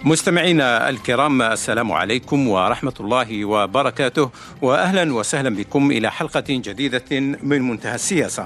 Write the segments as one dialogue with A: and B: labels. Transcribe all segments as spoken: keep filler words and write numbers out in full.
A: مستمعينا الكرام، السلام عليكم ورحمة الله وبركاته، وأهلا وسهلا بكم إلى حلقة جديدة من منتهى السياسة.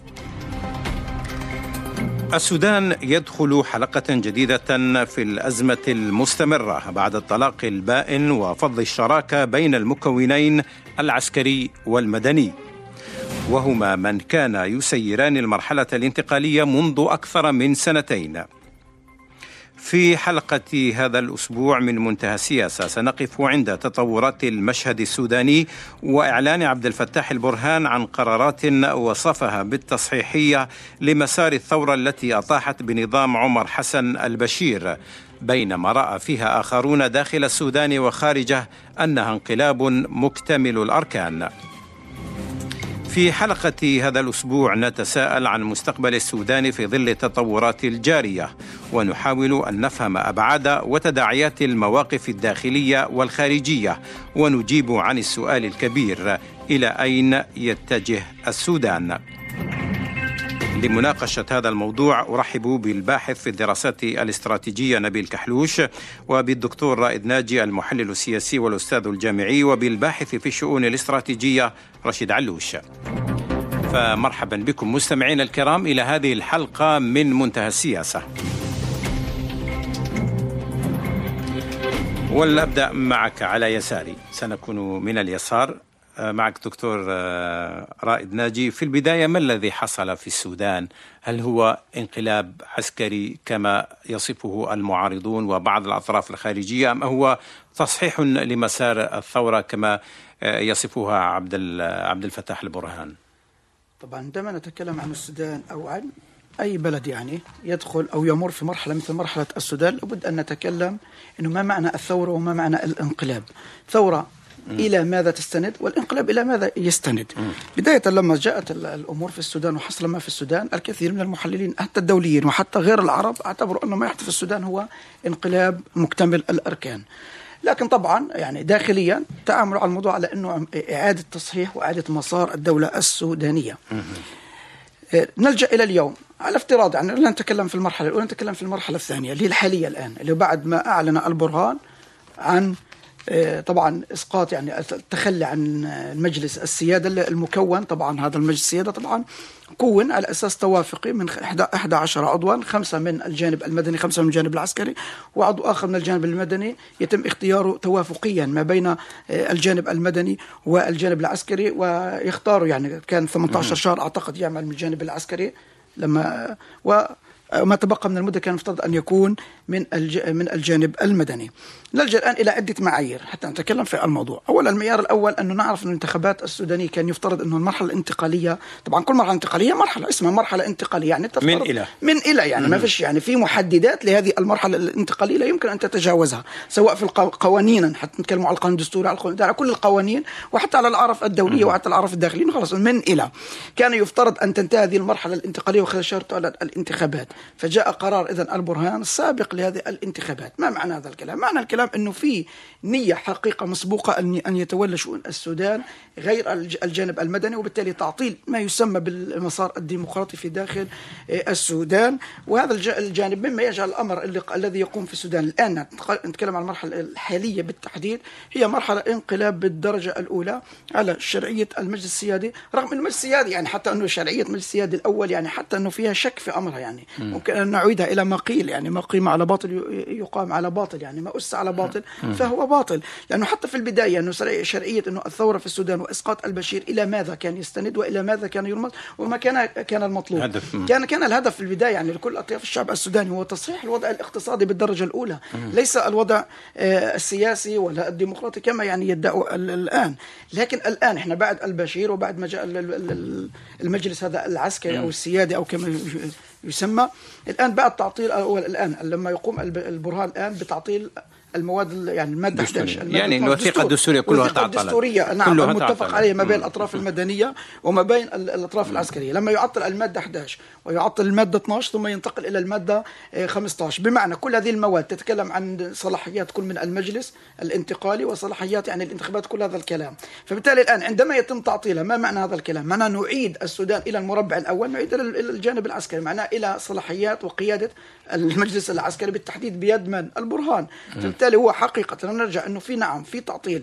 A: السودان يدخل حلقة جديدة في الأزمة المستمرة بعد الطلاق البائن وفض الشراكة بين المكونين العسكري والمدني، وهما من كان يسيران المرحلة الانتقالية منذ أكثر من سنتين. في حلقة هذا الأسبوع من منتهى السياسة سنقف عند تطورات المشهد السوداني وإعلان عبد الفتاح البرهان عن قرارات وصفها بالتصحيحية لمسار الثورة التي أطاحت بنظام عمر حسن البشير، بينما رأى فيها آخرون داخل السودان وخارجه أنها انقلاب مكتمل الأركان. في حلقة هذا الأسبوع نتساءل عن مستقبل السودان في ظل التطورات الجارية، ونحاول أن نفهم أبعاد وتداعيات المواقف الداخلية والخارجية، ونجيب عن السؤال الكبير: إلى أين يتجه السودان؟ لمناقشة هذا الموضوع أرحب بالباحث في الدراسات الاستراتيجية نبيل كحلوش، وبالدكتور رائد ناجي المحلل السياسي والأستاذ الجامعي، وبالباحث في الشؤون الاستراتيجية رشيد علوش. فمرحبا بكم مستمعين الكرام إلى هذه الحلقة من منتهى السياسة. ولنبدأ معك على يساري، سنكون من اليسار. معك دكتور رائد ناجي. في البداية، ما الذي حصل في السودان؟ هل هو انقلاب عسكري كما يصفه المعارضون وبعض الأطراف الخارجية، أم هو تصحيح لمسار الثورة كما يصفها عبد عبد الفتاح البرهان؟
B: طبعا عندما نتكلم عن السودان أو عن أي بلد يعني يدخل أو يمر في مرحلة مثل مرحلة السودان، لابد أن نتكلم إنه ما معنى الثورة وما معنى الانقلاب. ثورة إلى ماذا تستند، والانقلاب إلى ماذا يستند؟ م. بداية لما جاءت الأمور في السودان وحصل ما في السودان، الكثير من المحللين حتى الدوليين وحتى غير العرب اعتبروا أن ما يحدث في السودان هو انقلاب مكتمل الأركان. لكن طبعا يعني داخليا تعاملوا على الموضوع على أنه إعادة تصحيح وإعادة مسار الدولة السودانية. م. نلجأ إلى اليوم على افتراض يعني لا نتكلم في المرحلة الأولى، نتكلم في المرحلة الثانية اللي هي الحالية الآن، اللي بعد ما أعلن البرهان عن طبعا اسقاط يعني التخلي عن المجلس السياده المكون. طبعا هذا المجلس السياده طبعا كون على اساس توافقي من أحد عشر عضوا، خمسه من الجانب المدني، خمسه من الجانب العسكري، وعضو اخر من الجانب المدني يتم اختياره توافقيا ما بين الجانب المدني والجانب العسكري، ويختاروا يعني كان ثمانية عشر شهر اعتقد يعمل من الجانب العسكري لما و ما تبقى من المدة كان يفترض أن يكون من من الجانب المدني. نلجأ الآن إلى عدة معايير حتى نتكلم في الموضوع. أولا المعيار الأول أنه نعرف أن الانتخابات السودانية كان يفترض أنه المرحلة الانتقالية، طبعا كل مرحلة انتقالية مرحلة اسمها مرحلة انتقالية يعني
A: من إلى
B: من إلى يعني ما فيش يعني في محددات لهذه المرحلة الانتقالية لا يمكن أن تتجاوزها، سواء في القوانين حتى نتكلم على القانون الدستوري، على القانون على كل القوانين، وحتى على الأعراف الدولية وحتى الأعراف الداخلية. خلاص من إلى كان يفترض أن تنتهي هذه المرحلة الانتقالية وخلال شهر تعلن الانتخابات. فجاء قرار إذن البرهان السابق لهذه الانتخابات. ما معنى هذا الكلام؟ معنى الكلام أنه في نية حقيقة مسبوقة أن يتولى شؤون السودان غير الجانب المدني، وبالتالي تعطيل ما يسمى بالمسار الديمقراطي في داخل السودان. وهذا الجانب مما يجعل الأمر الذي يقوم في السودان الآن، نتكلم عن المرحلة الحالية بالتحديد، هي مرحلة انقلاب بالدرجة الأولى على شرعية المجلس السيادي، رغم المجلس السيادي يعني حتى أنه شرعية المجلس السيادي الأول يعني حتى أنه فيها شك في أمرها، يعني ممكن أن نعيدها إلى ما قيل يعني ما قيم على باطل يقام على باطل، يعني ما أس على باطل فهو باطل. لأنه حتى في البداية أنه شرعية أنه الثورة في السودان وإسقاط البشير إلى ماذا كان يستند وإلى ماذا كان يرمز وما كان كان المطلوب. هدف. كان كان الهدف في البداية يعني لكل أطياف الشعب السوداني هو تصحيح الوضع الاقتصادي بالدرجة الأولى، مم. ليس الوضع آه السياسي ولا الديمقراطي كما يعني يدعوا الآن. لكن الآن إحنا بعد البشير وبعد ما جاء المجلس هذا العسكري مم. أو السيادي أو كما يسمى، الآن بعد تعطيل الأول الآن لما يقوم البرهان الآن بتعطيل المواد يعني المادة أحد عشر
A: يعني الوثيقة الدستورية كلها تعطل
B: الدستورية نعم كلها المتفق عليها ما بين الأطراف المدنية وما بين الأطراف العسكرية. لما يعطل المادة أحد عشر ويعطل المادة اثني عشر ثم ينتقل إلى المادة خمسة عشر، بمعنى كل هذه المواد تتكلم عن صلاحيات كل من المجلس الانتقالي وصلاحيات يعني الانتخابات، كل هذا الكلام. فبالتالي الآن عندما يتم تعطيلها، ما معنى هذا الكلام؟ معناه نعيد السودان إلى المربع الأول، نعيد إلى الجانب العسكري، معناه إلى صلاحيات وقيادة المجلس العسكري بالتحديد بيد من؟ البرهان. فبالتالي هو حقيقة نرجع أنه في نعم في تعطيل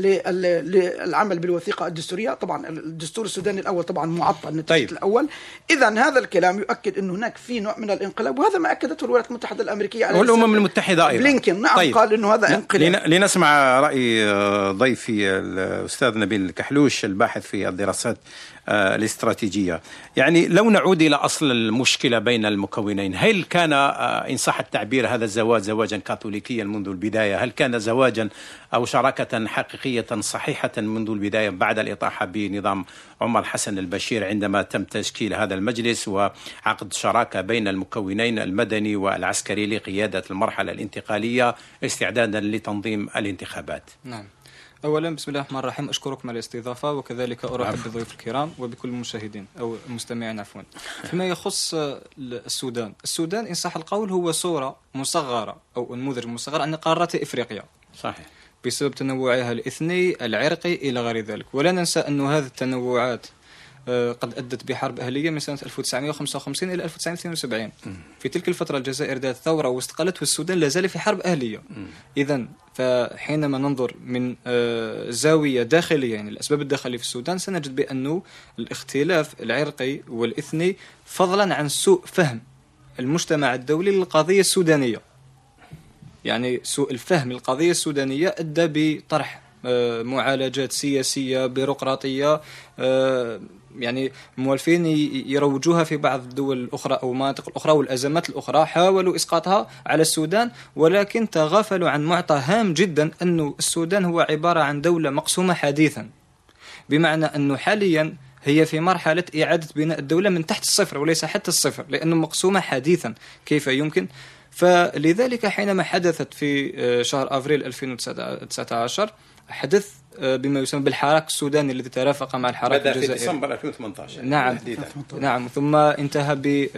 B: للعمل بالوثيقة الدستورية. طبعا الدستور السوداني الأول طبعا معطل نتيجة طيب. الأول. إذا هذا الكلام يؤكد أنه هناك في نوع من الانقلاب، وهذا ما أكدته الولايات المتحدة الأمريكية على
A: والأمم المتحدة أيضا.
B: بلينكين نعم طيب. قال أنه هذا انقلاب.
A: لنسمع رأي ضيفي الأستاذ نبيل الكحلوش الباحث في الدراسات الاستراتيجية. يعني لو نعود إلى أصل المشكلة بين المكونين، هل كان إن صح التعبير هذا الزواج زواجا كاثوليكيا منذ البداية؟ هل كان زواجا أو شراكة حقيقية صحيحة منذ البداية بعد الإطاحة بنظام عمر حسن البشير عندما تم تشكيل هذا المجلس وعقد شراكة بين المكونين المدني والعسكري لقيادة المرحلة الانتقالية استعدادا لتنظيم الانتخابات؟
C: نعم. أولا بسم الله الرحمن الرحيم، أشكركم على الاستضافة وكذلك أرحب بالضيوف الكرام وبكل المشاهدين أو المستمعين عفوا. فيما يخص السودان، السودان إن صح القول هو صورة مصغرة أو نموذج مصغر عن قارة إفريقيا.
A: صحيح.
C: بسبب تنوعها الإثني العرقي إلى غير ذلك. ولا ننسى أن هذه التنوعات قد أدت بحرب أهلية من سنة ألف وتسعمائة وخمسة وخمسين إلى ألف وتسعمائة واثنين وسبعين. في تلك الفترة الجزائر ذات ثورة واستقلت، والسودان لا زال في حرب أهلية. إذن فحينما ننظر من زاوية داخلية يعني الأسباب الداخلية في السودان، سنجد بأنه الاختلاف العرقي والإثني فضلا عن سوء فهم المجتمع الدولي للقضية السودانية. يعني سوء الفهم للقضية السودانية أدى بطرح معالجات سياسية بيروقراطية يعني موالفين يروجوها في بعض الدول الأخرى أو المناطق الأخرى، والأزمات الأخرى حاولوا إسقاطها على السودان، ولكن تغافلوا عن معطى هام جدا أن السودان هو عبارة عن دولة مقسومة حديثا، بمعنى أنه حاليا هي في مرحلة إعادة بناء الدولة من تحت الصفر وليس حتى الصفر، لأنه مقسومة حديثا. كيف يمكن؟ فلذلك حينما حدثت في شهر أفريل ألفين وتسعة عشر حدث بما يسمى بالحراك السوداني الذي ترافق مع الحراك
A: بدأ
C: الجزائري
A: في ديسمبر ألفين وثمانية عشر.
C: نعم نعم ثم انتهى ب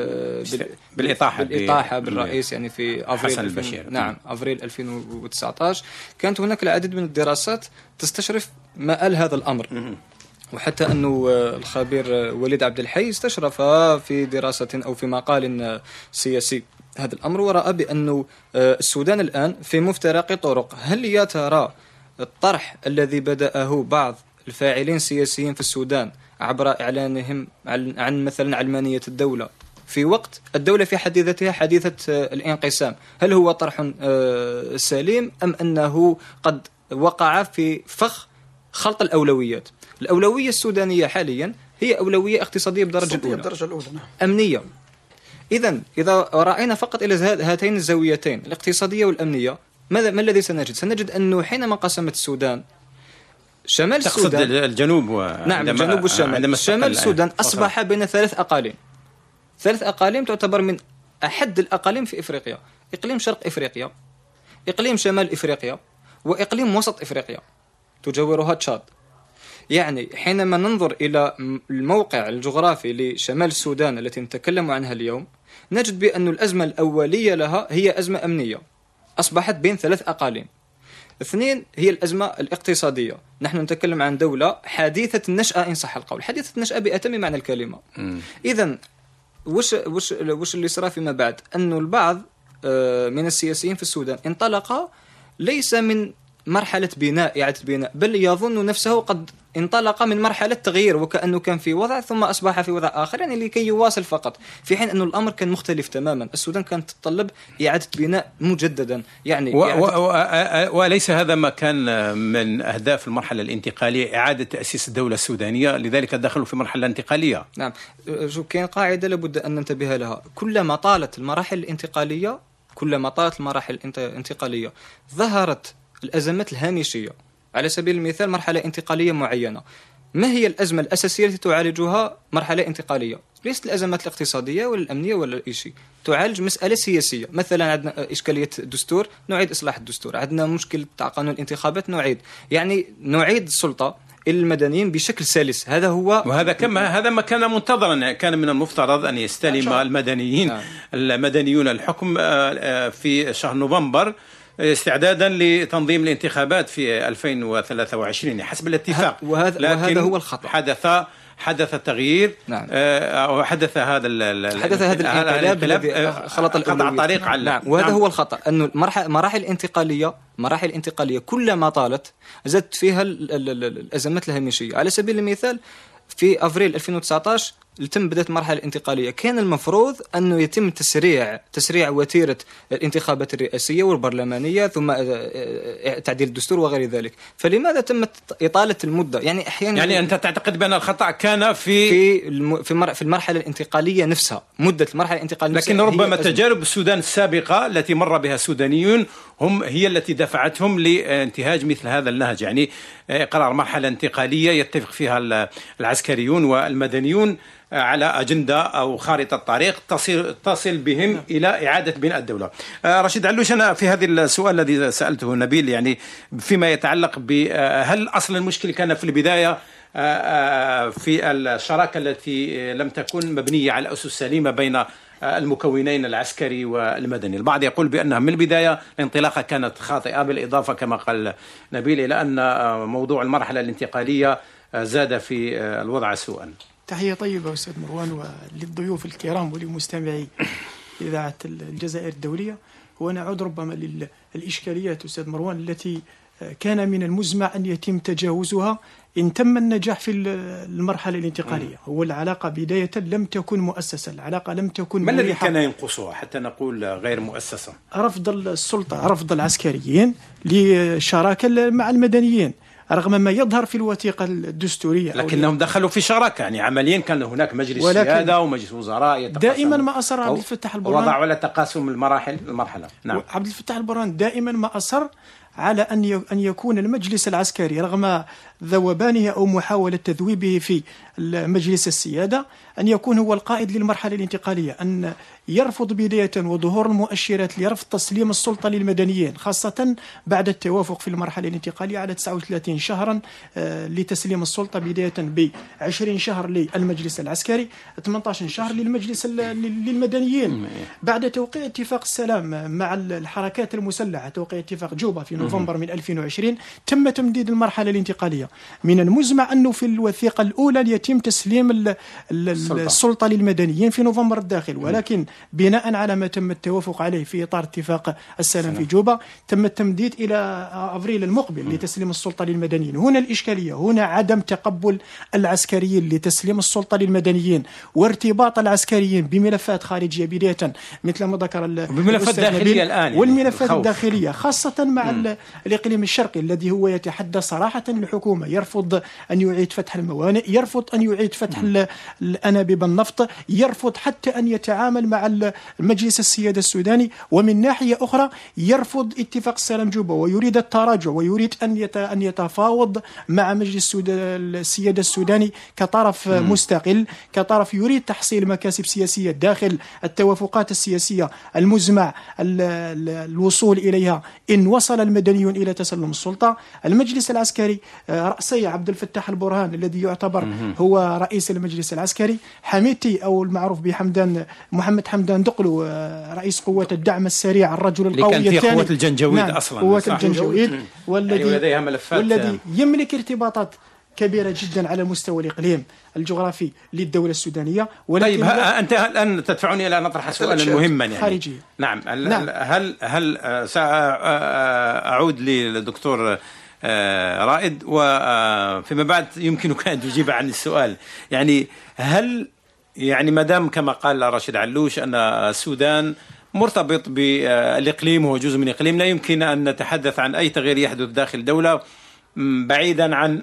A: بالإطاحة
C: بالإطاحة بالرئيس يعني في أفريل
A: حسن البشير.
C: نعم أفريل ألفين وتسعة عشر. كانت هناك العديد من الدراسات تستشرف مآل هذا الأمر، وحتى أنه الخبير وليد عبد الحي استشرف في دراسة أو في مقال سياسي هذا الأمر، ورأى بأنه السودان الآن في مفترق طرق. هل يا ترى الطرح الذي بدأه بعض الفاعلين السياسيين في السودان عبر إعلانهم عن مثلا علمانية الدولة في وقت الدولة في حد ذاتها حديثة الانقسام، هل هو طرح سليم أم أنه قد وقع في فخ خلط الأولويات؟ الأولوية السودانية حاليا هي أولوية اقتصادية بدرجة الأولى،
B: بدرجة الأولى نعم.
C: أمنية. إذن إذا رأينا فقط إلى هاتين الزاويتين الاقتصادية والأمنية، ماذا ما الذي سنجد؟ سنجد أنه حينما قسمت السودان شمال
A: تقصد
C: السودان
A: الجنوب و...
C: نعم الجنوب والشمال، شمال السودان أصبح بين ثلاث أقاليم. ثلاث أقاليم تعتبر من أحد الأقاليم في إفريقيا: إقليم شرق إفريقيا، إقليم شمال إفريقيا، وإقليم وسط إفريقيا تجاورها تشاد. يعني حينما ننظر إلى الموقع الجغرافي لشمال السودان التي نتكلم عنها اليوم، نجد بأن الأزمة الأولية لها هي أزمة أمنية أصبحت بين ثلاث أقاليم. اثنين هي الأزمة الاقتصادية، نحن نتكلم عن دولة حديثة النشأة إن صح القول، حديثة النشأة بأتم معنى الكلمة. إذن وش, وش, وش اللي صار فيما بعد؟ أن البعض من السياسيين في السودان انطلق ليس من مرحلة بناء إعادة بناء، بل يظن نفسه قد انطلق من مرحلة تغيير، وكأنه كان في وضع ثم أصبح في وضع آخر، يعني لكي يواصل فقط، في حين أن الأمر كان مختلف تماما. السودان كانت تتطلب إعادة بناء مجددا يعني
A: و- و- و- وليس هذا ما كان من أهداف المرحلة الانتقالية، إعادة تأسيس الدولة السودانية، لذلك دخلوا في مرحلة انتقالية.
C: نعم، شو كان قاعدة لابد أن ننتبه لها: كلما طالت المراحل الانتقالية كلما طالت المراحل الانتقالية ظهرت الأزمات الهامشية. على سبيل المثال مرحلة انتقالية معينة ما هي الأزمة الأساسية التي تعالجها مرحلة انتقالية؟ ليست الأزمات الاقتصادية ولا الأمنية ولا أي شيء، تعالج مسألة سياسية. مثلا عندنا إشكالية الدستور، نعيد إصلاح الدستور. عندنا مشكلة تاع قانون الانتخابات، نعيد يعني نعيد السلطة إلى المدنيين بشكل سلس. هذا هو،
A: وهذا كما هذا ما كان منتظرا. كان من المفترض أن يستلم المدنيين نعم. المدنيون الحكم في شهر نوفمبر استعدادا لتنظيم الانتخابات في ألفين وثلاثة وعشرين حسب الاتفاق.
C: وهذا, وهذا هو الخطأ.
A: حدث حدث التغيير
C: نعم.
A: أو حدث هذا
C: حدث هذا الانقلاب الذي خلط الأولويات.
A: طريق على
C: نعم. وهذا نعم. هو الخطأ، أنه مراحل الانتقالية مراحل الانتقالية كلما طالت زادت فيها الأزمات الهامشية. على سبيل المثال في أفريل ألفين وتسعة عشر تم بدأت مرحلة انتقالية، كان المفروض أنه يتم تسريع تسريع وتيرة الانتخابات الرئاسية والبرلمانية ثم تعديل الدستور وغير ذلك. فلماذا تمت إطالة المدة؟ يعني أحيانا
A: يعني أنت تعتقد بأن الخطأ كان في
C: في الم... في, في المرحلة الانتقالية نفسها، مدة المرحلة الانتقالية
A: لكن
C: نفسها.
A: ربما تجارب السودان السابقة التي مر بها السودانيون هم هي التي دفعتهم لانتهاج مثل هذا النهج، يعني قرار مرحلة انتقالية يتفق فيها العسكريون والمدنيون على أجندة أو خارطة طريق تصل تصل بهم إلى إعادة بناء الدولة. رشيد علوش، أنا في هذا السؤال الذي سألته نبيل يعني فيما يتعلق بهل أصل المشكلة كان في البداية في الشراكة التي لم تكن مبنية على أسس سليمة بين المكونين العسكري والمدني. البعض يقول بأنها من البداية الانطلاقة كانت خاطئة، بالإضافة كما قال نبيل إلى أن موضوع المرحلة الانتقالية زاد في الوضع سوءا.
D: تحية طيبة أستاذ مروان وللضيوف الكرام ولمستمعي إذاعة الجزائر الدولية. ونعود ربما للإشكاليات أستاذ مروان التي كان من المزمع أن يتم تجاوزها إن تم النجاح في المرحلة الانتقالية. هو العلاقة بداية لم تكن مؤسسة، العلاقة لم تكن
A: ما الذي كان ينقصها حتى نقول غير مؤسسة؟
D: رفض السلطة، رفض العسكريين لشراكة مع المدنيين رغم ما يظهر في الوثيقة الدستورية،
A: لكنهم دخلوا في شراكة. يعني عمليا كان هناك مجلس سيادة ومجلس وزراء
D: دائما ما أصر عبد الفتاح البرهان
A: وضع على تقاسم المراحل المرحلة. نعم.
D: عبد الفتاح البرهان دائما ما أصر على أن أن يكون المجلس العسكري رغم ذوبانه أو محاولة تذويبه في مجلس السيادة أن يكون هو القائد للمرحلة الانتقالية، أن يرفض بداية وظهور المؤشرات لرفض تسليم السلطة للمدنيين، خاصة بعد التوافق في المرحلة الانتقالية على تسعة وثلاثين شهرا لتسليم السلطة، بداية ب عشرين شهر للمجلس العسكري، ثمانية عشر شهر للمجلس للمدنيين. بعد توقيع اتفاق السلام مع الحركات المسلحة، توقيع اتفاق جوبا في نوفمبر من ألفين وعشرين، تم تمديد المرحلة الانتقالية. من المزمع أنه في الوثيقة الأولى يتم تسليم ال ال السلطة للمدنيين في نوفمبر الداخل، ولكن بناء على ما تم التوافق عليه في إطار اتفاق السلام في جوبا تم التمديد إلى أفريل المقبل لتسليم السلطة للمدنيين. هنا الإشكالية، هنا عدم تقبل العسكريين لتسليم السلطة للمدنيين وارتباط العسكريين بملفات خارجية بداية مثل ما ذكر
A: بملفات داخلية الآن،
D: والملفات الخوف. الداخلية خاصة مع م. الإقليم الشرقي الذي هو يتحدى صراحة الحكومة، يرفض أن يعيد فتح الموانئ، يرفض أن يعيد فتح الأنابيب النفط، يرفض حتى أن يتعامل مع المجلس السيادة السوداني، ومن ناحية أخرى يرفض اتفاق السلام جوبا ويريد التراجع ويريد أن أن يتفاوض مع مجلس السيادة السوداني كطرف م. مستقل، كطرف يريد تحصيل مكاسب سياسية داخل التوافقات السياسية المزمع الوصول إليها إن وصل المدنيون إلى تسلم السلطة. المجلس العسكري رأسي عبد الفتاح البرهان الذي يعتبر هو رئيس المجلس العسكري، حميتي أو المعروف بحمدان محمد حمدان دقلو رئيس قوة الدعم السريع، الرجل القوي
A: الثاني اللي قوة الجنجويد. نعم. أصلا
D: قوة الجنجويد والذي
A: يعني
D: والذي يملك ارتباطات كبيرة جدا على مستوى الإقليم الجغرافي للدولة السودانية.
A: طيب أنت الآن تدفعني إلى نطرح سؤالا مهما يعني
D: خارجي.
A: نعم. نعم. هل هل سأعود للدكتور رائد وفيما بعد يمكنك أن تجيب عن السؤال. يعني هل يعني مدام كما قال رشيد علوش أن السودان مرتبط بالإقليم وهو جزء من الإقليم، لا يمكن أن نتحدث عن أي تغيير يحدث داخل الدولة بعيدا عن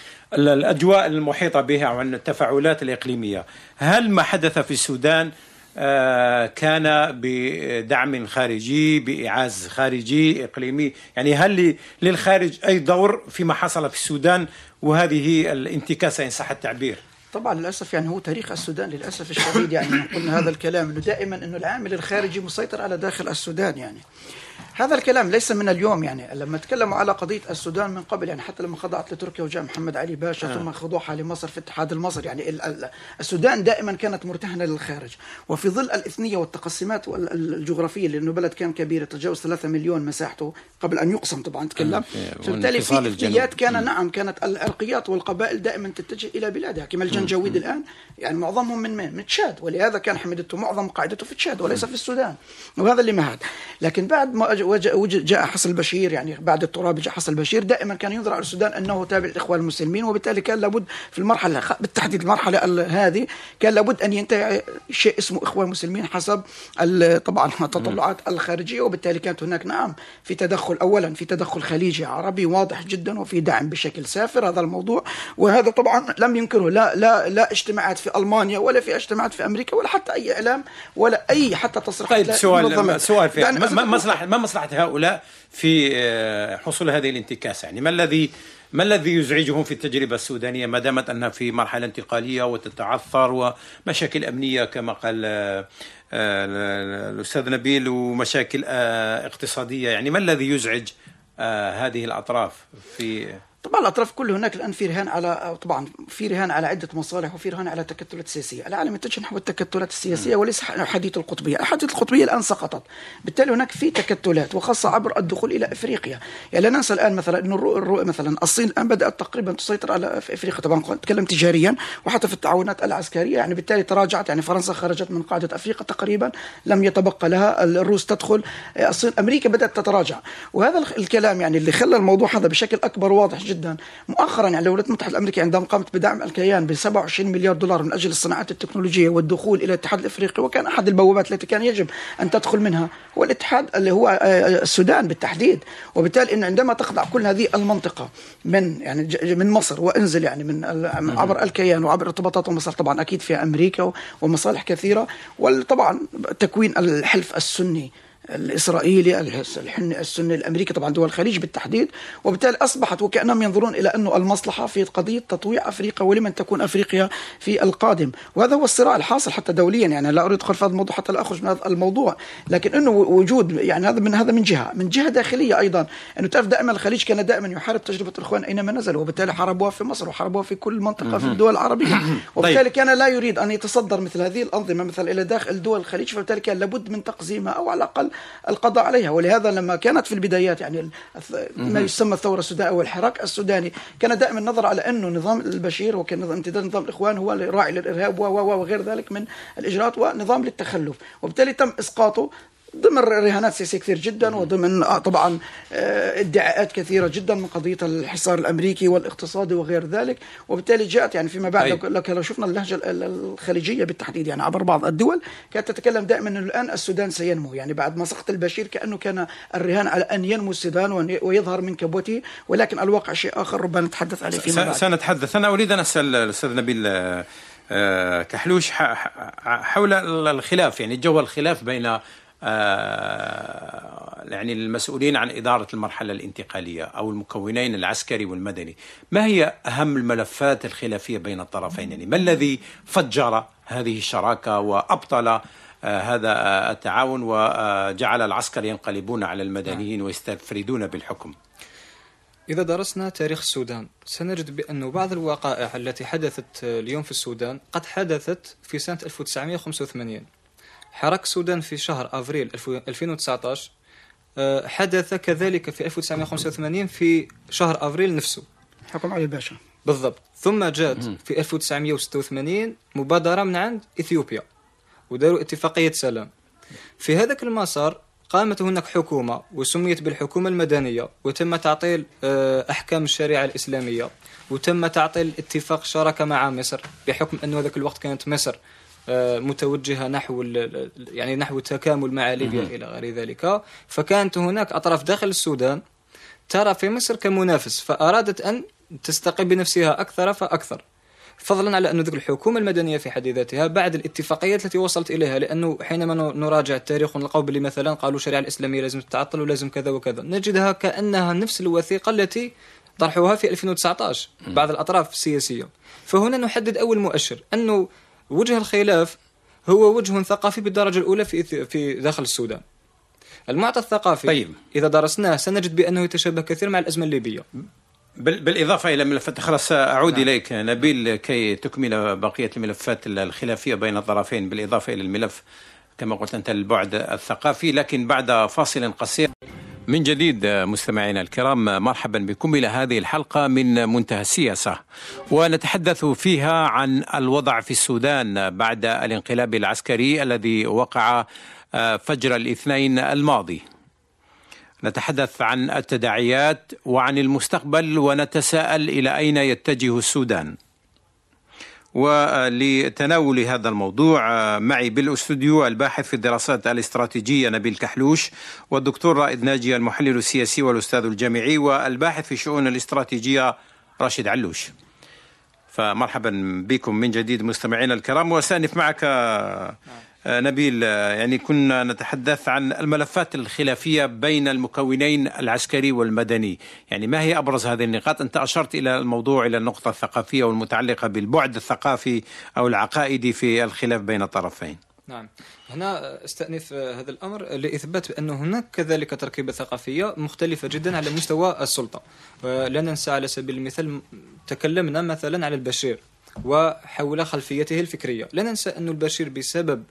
A: الأجواء المحيطة بها وعن التفاعلات الإقليمية. هل ما حدث في السودان كان بدعم خارجي، بإعاز خارجي إقليمي؟ يعني هل للخارج أي دور فيما حصل في السودان وهذه الانتكاسة إن صح التعبير؟
B: طبعا للأسف يعني هو تاريخ السودان للأسف الشديد، يعني قلنا هذا الكلام أنه دائما أنه العامل الخارجي مسيطر على داخل السودان. يعني هذا الكلام ليس من اليوم، يعني لما تكلموا على قضية السودان من قبل، يعني حتى لما خضعت لتركيا وجاء محمد علي باشا آه. ثم خضوعها لمصر في اتحاد المصري، يعني السودان دائما كانت مرتهنة للخارج، وفي ظل الإثنية والتقسيمات الجغرافية، لأنه بلد كان كبير تجاوز ثلاثة مليون مساحته قبل أن يقسم طبعا تكلم آه. فبالتالي في إثنيات كان م. نعم كانت العرقيات والقبائل دائما تتجه إلى بلادها، كما الجنجويد الآن يعني معظمهم من من من تشاد، ولهذا كان حميدته معظم قاعدته في تشاد وليس في السودان، وهذا اللي مهد. لكن بعد ما جاء حسن البشير، يعني بعد التراب جاء حسن البشير، دائما كان ينظر على السودان أنه تابع للإخوان المسلمين، وبالتالي كان لابد في المرحلة بالتحديد المرحلة هذه كان لابد أن ينتهي شيء اسمه إخوان مسلمين حسب طبعا التطلعات الخارجية، وبالتالي كانت هناك نعم في تدخل، أولا في تدخل خليجي عربي واضح جدا، وفي دعم بشكل سافر هذا الموضوع، وهذا طبعا لم ينكره لا لا لا اجتماعات في ألمانيا ولا في اجتماعات في أمريكا ولا حتى أي إعلام ولا أي حتى تصريحات.
A: طيب سؤال سؤال في ما مصلحة ما مصلحة هؤلاء في حصول هذه الانتكاسة؟ يعني ما الذي ما الذي يزعجهم في التجربة السودانية ما دامت أنها في مرحلة انتقالية وتتعثر ومشاكل أمنية كما قال الأستاذ نبيل ومشاكل اقتصادية؟ يعني ما الذي يزعج هذه الأطراف في
B: طبعا الأطراف كل هناك الآن في رهان على طبعا في رهان على عدة مصالح، وفي رهان على تكتلات سياسية. العالم يتجه نحو التكتلات السياسية وليس حديث القطبية. الحديث القطبية الآن سقطت، بالتالي هناك في تكتلات، وخاصة عبر الدخول إلى إفريقيا. يعني لا ننسى الآن مثلا إنه الرو... الرو... مثلا الصين الآن بدأت تقريبا تسيطر على في إفريقيا، طبعا نتكلم تجاريا وحتى في التعاونات العسكرية، يعني بالتالي تراجعت، يعني فرنسا خرجت من قاعدة أفريقيا تقريبا، لم يتبقى لها، الروس تدخل، الصين، أمريكا بدأت تتراجع. وهذا الكلام يعني اللي خلى الموضوع هذا بشكل أكبر واضح جدا. مؤخرا يعني الولايات المتحدة الأمريكية عندما قامت بدعم الكيان ب سبعة وعشرين مليار دولار من أجل الصناعات التكنولوجية والدخول إلى الاتحاد الأفريقي، وكان أحد البوابات التي كان يجب أن تدخل منها هو الاتحاد اللي هو السودان بالتحديد. وبالتالي إن عندما تخضع كل هذه المنطقة من يعني من مصر وانزل يعني من عبر الكيان وعبر ارتباطات مصر، طبعا أكيد فيها أمريكا ومصالح كثيرة، وطبعا تكوين الحلف السني الإسرائيلي الحني السني الأمريكي، طبعا دول الخليج بالتحديد، وبالتالي أصبحت وكأنهم ينظرون إلى أنه المصلحة في قضية تطويع أفريقيا ولمن تكون أفريقيا في القادم. وهذا هو الصراع الحاصل حتى دوليا، يعني لا أريد أدخل في هذا الموضوع حتى لا أخرج من هذا الموضوع، لكن أنه وجود يعني هذا من هذا من جهة من جهة داخلية أيضا، أنه تعرف دائما الخليج كان دائما يحارب تجربة الإخوان أينما نزلوا، وبالتالي حاربوها في مصر وحاربوها في كل منطقة في الدول العربية، وبالتالي كان لا يريد أن يتصدر مثل هذه الأنظمة مثل إلى داخل دول الخليج، فبالتالي كان لابد من تقزيمها أو على الأقل القضاء عليها. ولهذا لما كانت في البدايات يعني ما يسمى الثورة السودانية أو الحراك السوداني، كان دائما النظر على أنه نظام البشير وكان امتداد نظام الإخوان هو راعي للإرهاب وغير ذلك من الإجراءات ونظام للتخلف، وبالتالي تم إسقاطه ضمن رهانات سياسية كثير جدا، وضمن طبعا ادعاءات كثيرة جدا من قضية الحصار الأمريكي والاقتصادي وغير ذلك. وبالتالي جاءت يعني فيما بعد لو, لو شفنا اللهجة الخليجية بالتحديد يعني عبر بعض الدول كانت تتكلم دائما أنه الآن السودان سينمو، يعني بعد ما سقط البشير كأنه كان الرهان على أن ينمو السودان ويظهر من كبوته، ولكن الواقع شيء آخر ربما نتحدث عليه فيما بعد.
A: سنتحدث. أنا أريد أن أسأل الأستاذ نبيل كحلوش حول الخلاف، يعني جو الخلاف بين آه يعني المسؤولين عن إدارة المرحلة الانتقالية أو المكونين العسكري والمدني. ما هي أهم الملفات الخلافية بين الطرفين؟ يعني ما الذي فجر هذه الشراكة وأبطل آه هذا آه التعاون وجعل العسكر ينقلبون على المدنيين ويستفردون بالحكم؟
C: إذا درسنا تاريخ السودان سنجد بأن بعض الوقائع التي حدثت اليوم في السودان قد حدثت في سنة ألف وتسعمائة وخمسة وثمانين. حراك السودان في شهر أفريل ألفين وتسعة عشر حدث كذلك في ألف وتسعمائة وخمسة وثمانين في شهر أفريل نفسه
B: حكم علي باشا
C: بالضبط. ثم جاءت في ألف وتسعمائة وستة وثمانين مبادرة من عند إثيوبيا وداروا اتفاقية سلام. في هذاك المسار قامت هناك حكومة وسميت بالحكومة المدنية، وتم تعطيل أحكام الشريعة الإسلامية، وتم تعطيل اتفاق شراكة مع مصر بحكم أنه هذاك الوقت كانت مصر متوجهة نحو يعني نحو التكامل مع ليبيا إلى غير ذلك. فكانت هناك أطراف داخل السودان ترى في مصر كمنافس، فأرادت أن تستقل بنفسها أكثر فأكثر. فضلا على أن ذلك الحكومة المدنية في حد ذاتها بعد الاتفاقيات التي وصلت إليها، لأنه حينما نراجع التاريخ ونلقاو بلي مثلا قالوا الشريعة الإسلامية لازم تتعطل ولازم كذا وكذا، نجدها كأنها نفس الوثيقة التي طرحوها في ألفين وتسعة عشر بعض الأطراف السياسية. فهنا نحدد أول مؤشر أنه وجه الخلاف هو وجه ثقافي بالدرجة الأولى في في داخل السودان. المعطى الثقافي طيب. إذا درسناه سنجد بأنه يتشابه كثير مع الأزمة الليبية،
A: بالإضافة إلى ملفات. خلاص أعود نعم. إليك نبيل كي تكمل بقية الملفات الخلافية بين الطرفين، بالإضافة إلى الملف كما قلت أنت البعد الثقافي، لكن بعد فاصل قصير. من جديد مستمعينا الكرام، مرحبا بكم إلى هذه الحلقة من منتهى السياسة، ونتحدث فيها عن الوضع في السودان بعد الانقلاب العسكري الذي وقع فجر الاثنين الماضي. نتحدث عن التداعيات وعن المستقبل، ونتساءل إلى أين يتجه السودان. ولتناول هذا الموضوع معي بالاستوديو الباحث في الدراسات الاستراتيجية نبيل كحلوش، والدكتور رائد ناجي المحلل السياسي والأستاذ الجامعي، والباحث في الشؤون الاستراتيجية راشد علوش. فمرحبا بكم من جديد مستمعينا الكرام. وسأنف معك نبيل، يعني كنا نتحدث عن الملفات الخلافية بين المكونين العسكري والمدني، يعني ما هي أبرز هذه النقاط؟ أنت أشرت إلى الموضوع إلى النقطة الثقافية والمتعلقة بالبعد الثقافي أو العقائدي في الخلاف بين الطرفين.
C: نعم، هنا استأنف هذا الأمر لإثبات أن هناك كذلك تركيبة ثقافية مختلفة جدا على مستوى السلطة. لا ننسى على سبيل المثال تكلمنا مثلا على البشير وحول خلفيته الفكرية. لا ننسى أن البشير بسبب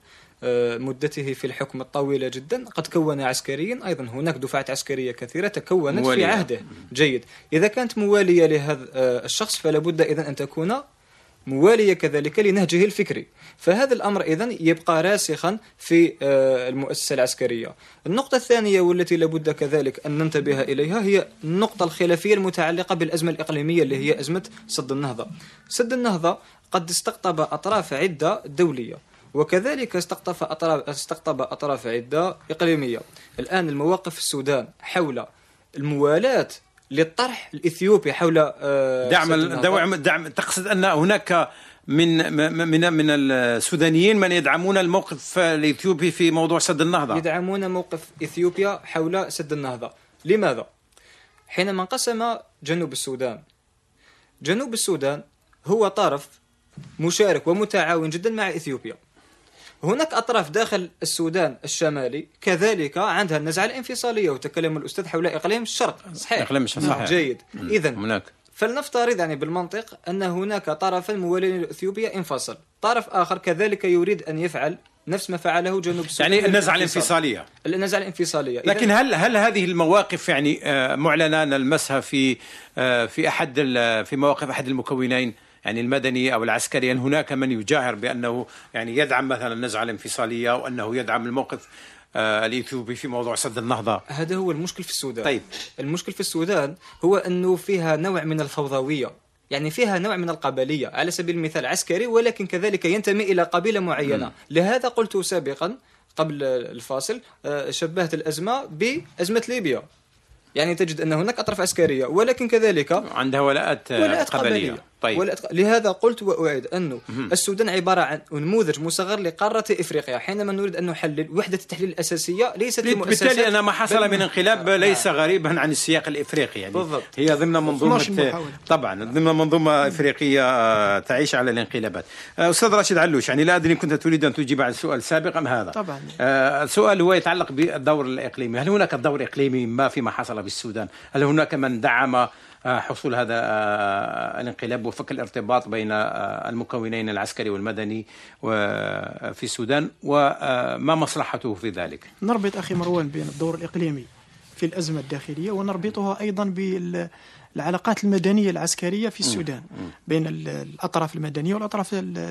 C: مدته في الحكم الطويلة جدا قد كون عسكريا، أيضا هناك دفعات عسكرية كثيرة تكونت موالية. في عهده. جيد، إذا كانت موالية لهذا الشخص فلا بد إذن أن تكون موالية كذلك لنهجه الفكري. فهذا الأمر إذن يبقى راسخا في المؤسسة العسكرية. النقطة الثانية والتي لابد كذلك أن ننتبه إليها هي النقطة الخلافية المتعلقة بالأزمة الإقليمية اللي هي أزمة سد النهضة. سد النهضة قد استقطب أطراف عدة دولية، وكذلك استقطب أطراف, استقطب أطراف عدة إقليمية. الآن المواقف في السودان حول الموالاة للطرح الإثيوبي حول
A: دعم دعم, دعم تقصد أن هناك من من من السودانيين من يدعمون الموقف الإثيوبي في موضوع سد النهضة،
C: يدعمون موقف إثيوبيا حول سد النهضة. لماذا؟ حينما انقسم جنوب السودان، جنوب السودان هو طرف مشارك ومتعاون جدا مع إثيوبيا. هناك أطراف داخل السودان الشمالي كذلك عندها النزعة الانفصالية، وتكلم الأستاذ حول إقليم الشرق. صحيح،
A: إقليم الشرق صحيح.
C: جيد. إذن
A: هناك
C: فلنفترض يعني بالمنطق أن هناك طرفا موالين لإثيوبيا انفصل، طرف آخر كذلك يريد أن يفعل نفس ما فعله جنوب السودان،
A: يعني النزعة الانفصالية.
C: النزعة الانفصالية.
A: لكن هل هل هذه المواقف يعني معلنة نلمسها في في أحد في مواقف أحد المكونين، يعني المدني أو العسكري؟ يعني هناك من يجاهر بأنه يعني يدعم مثلا النزعة الانفصالية وأنه يدعم الموقف آه الإثيوبي في موضوع سد النهضة.
C: هذا هو المشكل في السودان.
A: طيب.
C: المشكل في السودان هو أنه فيها نوع من الفوضوية، يعني فيها نوع من القبلية على سبيل المثال عسكري، ولكن كذلك ينتمي إلى قبيلة معينة. م. لهذا قلت سابقا قبل الفاصل آه شبهت الأزمة بأزمة ليبيا. يعني تجد أن هناك أطراف عسكرية ولكن كذلك
A: عندها ولاءات قبلية.
C: قبلية. طيب. لهذا قلت وأعيد أنه السودان عبارة عن نموذج مصغر لقارة إفريقيا. حينما نريد أن نحلل وحدة التحليل الأساسية ليست لمؤسسات،
A: بالتالي أنا ما حصل من انقلاب ليس غريبا عن السياق الإفريقي، يعني بالضبط. هي ضمن منظومة، طبعا ضمن منظومة إفريقية تعيش على الانقلابات. أستاذ راشد علوش، يعني لا أدري كنت تريد أن تجيب على السؤال سابقا أم هذا؟
D: طبعا.
A: السؤال هو يتعلق بالدور الإقليمي. هل هناك دور إقليمي ما فيما حصل في السودان؟ هل هناك من دعم حصول هذا الانقلاب وفك الارتباط بين المكونين العسكري والمدني في السودان، وما مصلحته في ذلك؟
D: نربط أخي مروان بين الدور الإقليمي في الأزمة الداخلية ونربطها أيضا بالعلاقات المدنية العسكرية في السودان بين الأطراف المدنية والأطراف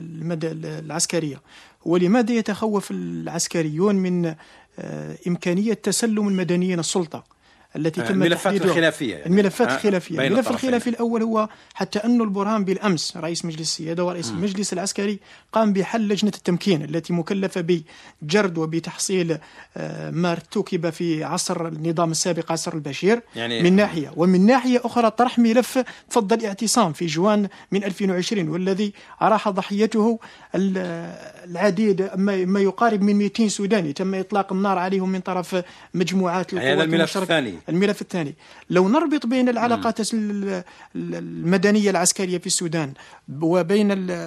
D: العسكرية. ولماذا يتخوف العسكريون من إمكانية تسلم المدنيين السلطة؟ التي تم
A: الملفات
D: تحديدها.
A: الخلافية يعني.
D: الملفات
A: آه
D: الخلافية. الملف الخلافي الأول هو حتى أن البرهان بالأمس رئيس مجلس السيادة ورئيس م. المجلس العسكري قام بحل لجنة التمكين التي مكلفة بجرد وبتحصيل ما ارتكب في عصر النظام السابق عصر البشير يعني من ناحية، ومن ناحية أخرى طرح ملف فض الاعتصام في جوان من ألفين وعشرين والذي أراح ضحيته العديد ما يقارب من مئتين سوداني تم إطلاق النار عليهم من طرف مجموعات القوات.
A: هذا الملف الثاني.
D: الملف الثاني لو نربط بين العلاقات المدنية العسكرية في السودان وبين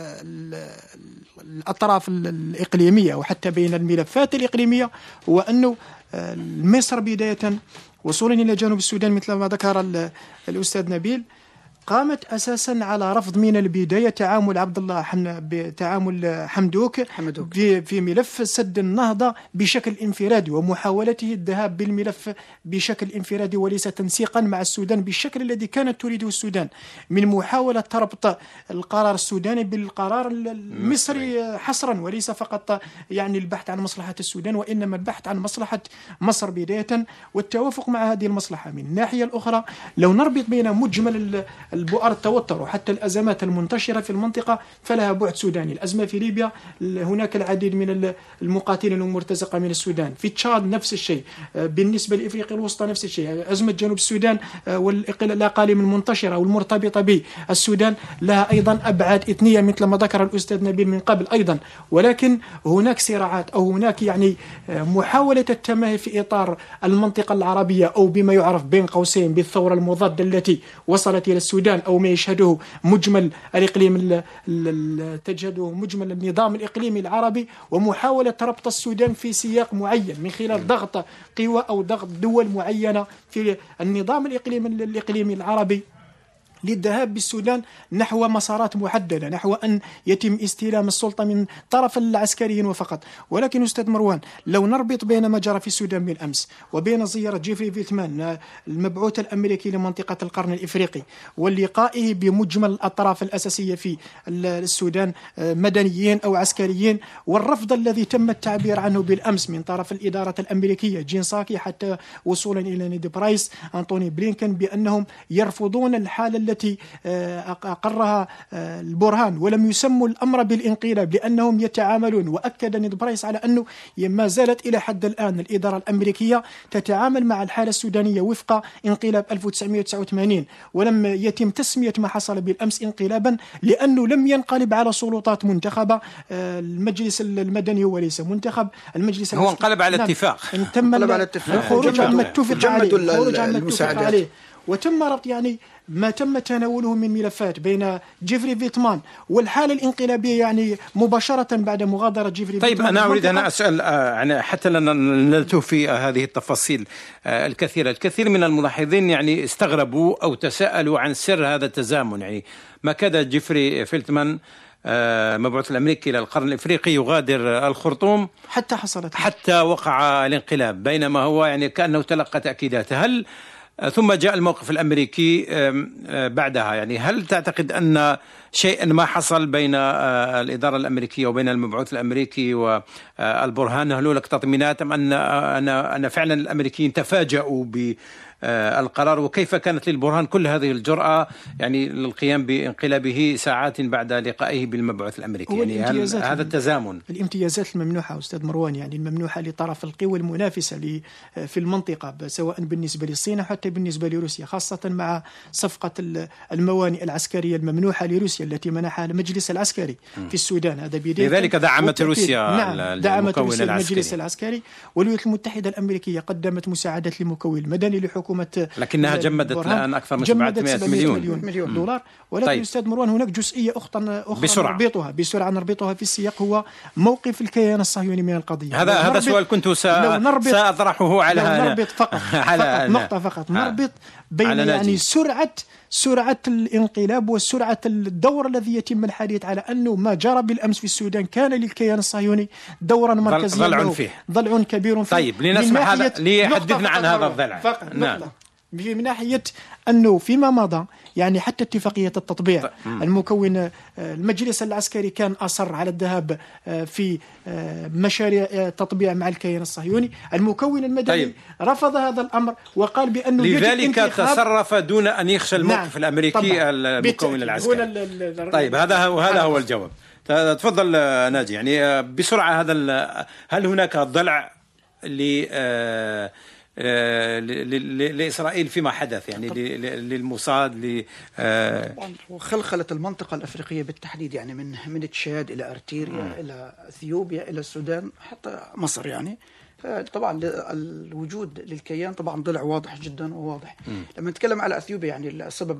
D: الأطراف الإقليمية وحتى بين الملفات الإقليمية، هو أنه مصر بداية وصولا إلى جنوب السودان مثل ما ذكر الأستاذ نبيل قامت أساسا على رفض من البداية تعامل عبد الله حم... تعامل حمدوك, حمدوك. في ملف سد النهضة بشكل انفرادي ومحاولته الذهاب بالملف بشكل انفرادي وليس تنسيقا مع السودان بالشكل الذي كانت تريده السودان، من محاولة ربط القرار السوداني بالقرار المصري حصرا وليس فقط يعني البحث عن مصلحة السودان وإنما البحث عن مصلحة مصر بداية والتوافق مع هذه المصلحة. من الناحية الأخرى لو نربط بين مجمل البؤر التوتر وحتى الأزمات المنتشرة في المنطقة فلها بعد سوداني. الأزمة في ليبيا هناك العديد من المقاتلين المرتزقة من السودان، في تشاد نفس الشيء، بالنسبة لإفريقيا الوسطى نفس الشيء. أزمة جنوب السودان والأقاليم المنتشرة والمرتبطة بالسودان لها أيضا أبعاد إثنية مثل ما ذكر الأستاذ نبيل من قبل أيضا، ولكن هناك صراعات أو هناك يعني محاولة التماهي في إطار المنطقة العربية أو بما يعرف بين قوسين بالثورة المضادة التي وصلت إلى السودان أو ما يشهده مجمل الإقليم تجهده مجمل النظام الإقليمي العربي، ومحاولة ربط السودان في سياق معين من خلال ضغط قوى أو ضغط دول معينة في النظام الإقليمي الإقليمي العربي للذهاب بالسودان نحو مسارات محددة، نحو أن يتم استلام السلطة من طرف العسكريين وفقط. ولكن أستاذ مروان لو نربط بين ما جرى في السودان بالأمس وبين زيارة جيفري فيلتمان المبعوث الأمريكي لمنطقة القرن الإفريقي ولقائه بمجمل الأطراف الأساسية في السودان مدنيين أو عسكريين، والرفض الذي تم التعبير عنه بالأمس من طرف الإدارة الأمريكية جين ساكي حتى وصولا إلى نيد برايس أنتوني بلينكن بأنهم يرفضون الحالة التي أقرها البرهان ولم يسموا الأمر بالانقلاب لأنهم يتعاملون. وأكد نيد برايس على أنه ما زالت إلى حد الآن الإدارة الأمريكية تتعامل مع الحالة السودانية وفق انقلاب ألف وتسعمائة وتسعة وثمانين، ولم يتم تسمية ما حصل بالأمس انقلابا لأنه لم ينقلب على سلطات منتخبة. المجلس المدني هو ليس منتخب، المجلس
A: هو انقلب على
D: نعم.
A: اتفاق
D: تم الخروج عن ما اتفق عليه وتم ربط يعني ما تم تناوله من ملفات بين جيفري فيلتمان والحالة الانقلابية يعني مباشرة بعد مغادرة جيفري
A: طيب
D: فيلتمان.
A: أنا أريد أن أسأل يعني حتى لن نلتو في هذه التفاصيل الكثيرة. الكثير من الملاحظين يعني استغربوا أو تساءلوا عن سر هذا التزامن، يعني ما كاد جيفري فيلتمان مبعوث الأمريكي إلى القرن الإفريقي يغادر الخرطوم
D: حتى حصلت
A: حتى وقع الانقلاب، بينما هو يعني كأنه تلقى تأكيدات. هل ثم جاء الموقف الأمريكي بعدها، يعني هل تعتقد أن شيئا ما حصل بين الإدارة الأمريكية وبين المبعوث الأمريكي والبرهان؟ هل لك تطمينات أم أن أن فعلا الأمريكيين تفاجؤوا بالقرار؟ وكيف كانت للبرهان كل هذه الجرأة يعني للقيام بانقلابه ساعات بعد لقائه بالمبعوث الأمريكي؟ يعني هذا التزامن
D: الامتيازات الممنوحة أستاذ مروان يعني الممنوحة لطرف القوى المنافسة في المنطقة سواء بالنسبة للصين حتى بالنسبة لروسيا، خاصة مع صفقة الموانئ العسكرية الممنوحة لروسيا التي منحها المجلس العسكري في السودان. هذا بداية
A: لذلك دعمت روسيا
D: نعم دعمت روسيا المجلس العسكري، والولايات المتحدة الأمريكية قدمت مساعدات لمكون المدني لحكومة،
A: لكنها جمدت الآن أكثر من سبعمائة مليون,
D: مليون, مليون دولار. ولكن طيب. أستاذ مروان هناك جزئية أخرى
A: بسرعة
D: نربطها بسرعة نربطها في السياق، هو موقف الكيان الصهيوني من القضية.
A: هذا هذا سؤال كنت سأطرحه على
D: نربط فقط, فقط نقطة فقط نربط بين يعني سرعة سرعة الانقلاب وسرعة الدور الذي يتم الحديث على أنه ما جرى بالأمس في السودان كان للكيان الصهيوني دورا مركزيا
A: ضلع فيه
D: ضلع كبير فيه.
A: طيب لنسمع هذا ليحدثنا عن هذا الضلع.
D: فقط نعم. من ناحية أنه فيما مضى يعني حتى اتفاقية التطبيع المكون المجلس العسكري كان أصر على الذهاب في مشاريع تطبيع مع الكيان الصهيوني. المكون المدني طيب. رفض هذا الأمر وقال بأنه
A: لذلك تصرف دون أن يخشى الموقف نعم. الأمريكي طبعا. المكون العسكري. طيب هذا هو هذا هو الجواب. تفضل ناجي، يعني بسرعة، هذا هل هناك ضلع ل لإسرائيل فيما حدث، يعني للموساد ل
B: وخلخلة المنطقة الأفريقية بالتحديد، يعني من من تشاد إلى أرتيريا م. إلى أثيوبيا إلى السودان حتى مصر، يعني طبعا الوجود للكيان طبعا ضلع واضح جدا وواضح. م. لما نتكلم على أثيوبيا، يعني السبب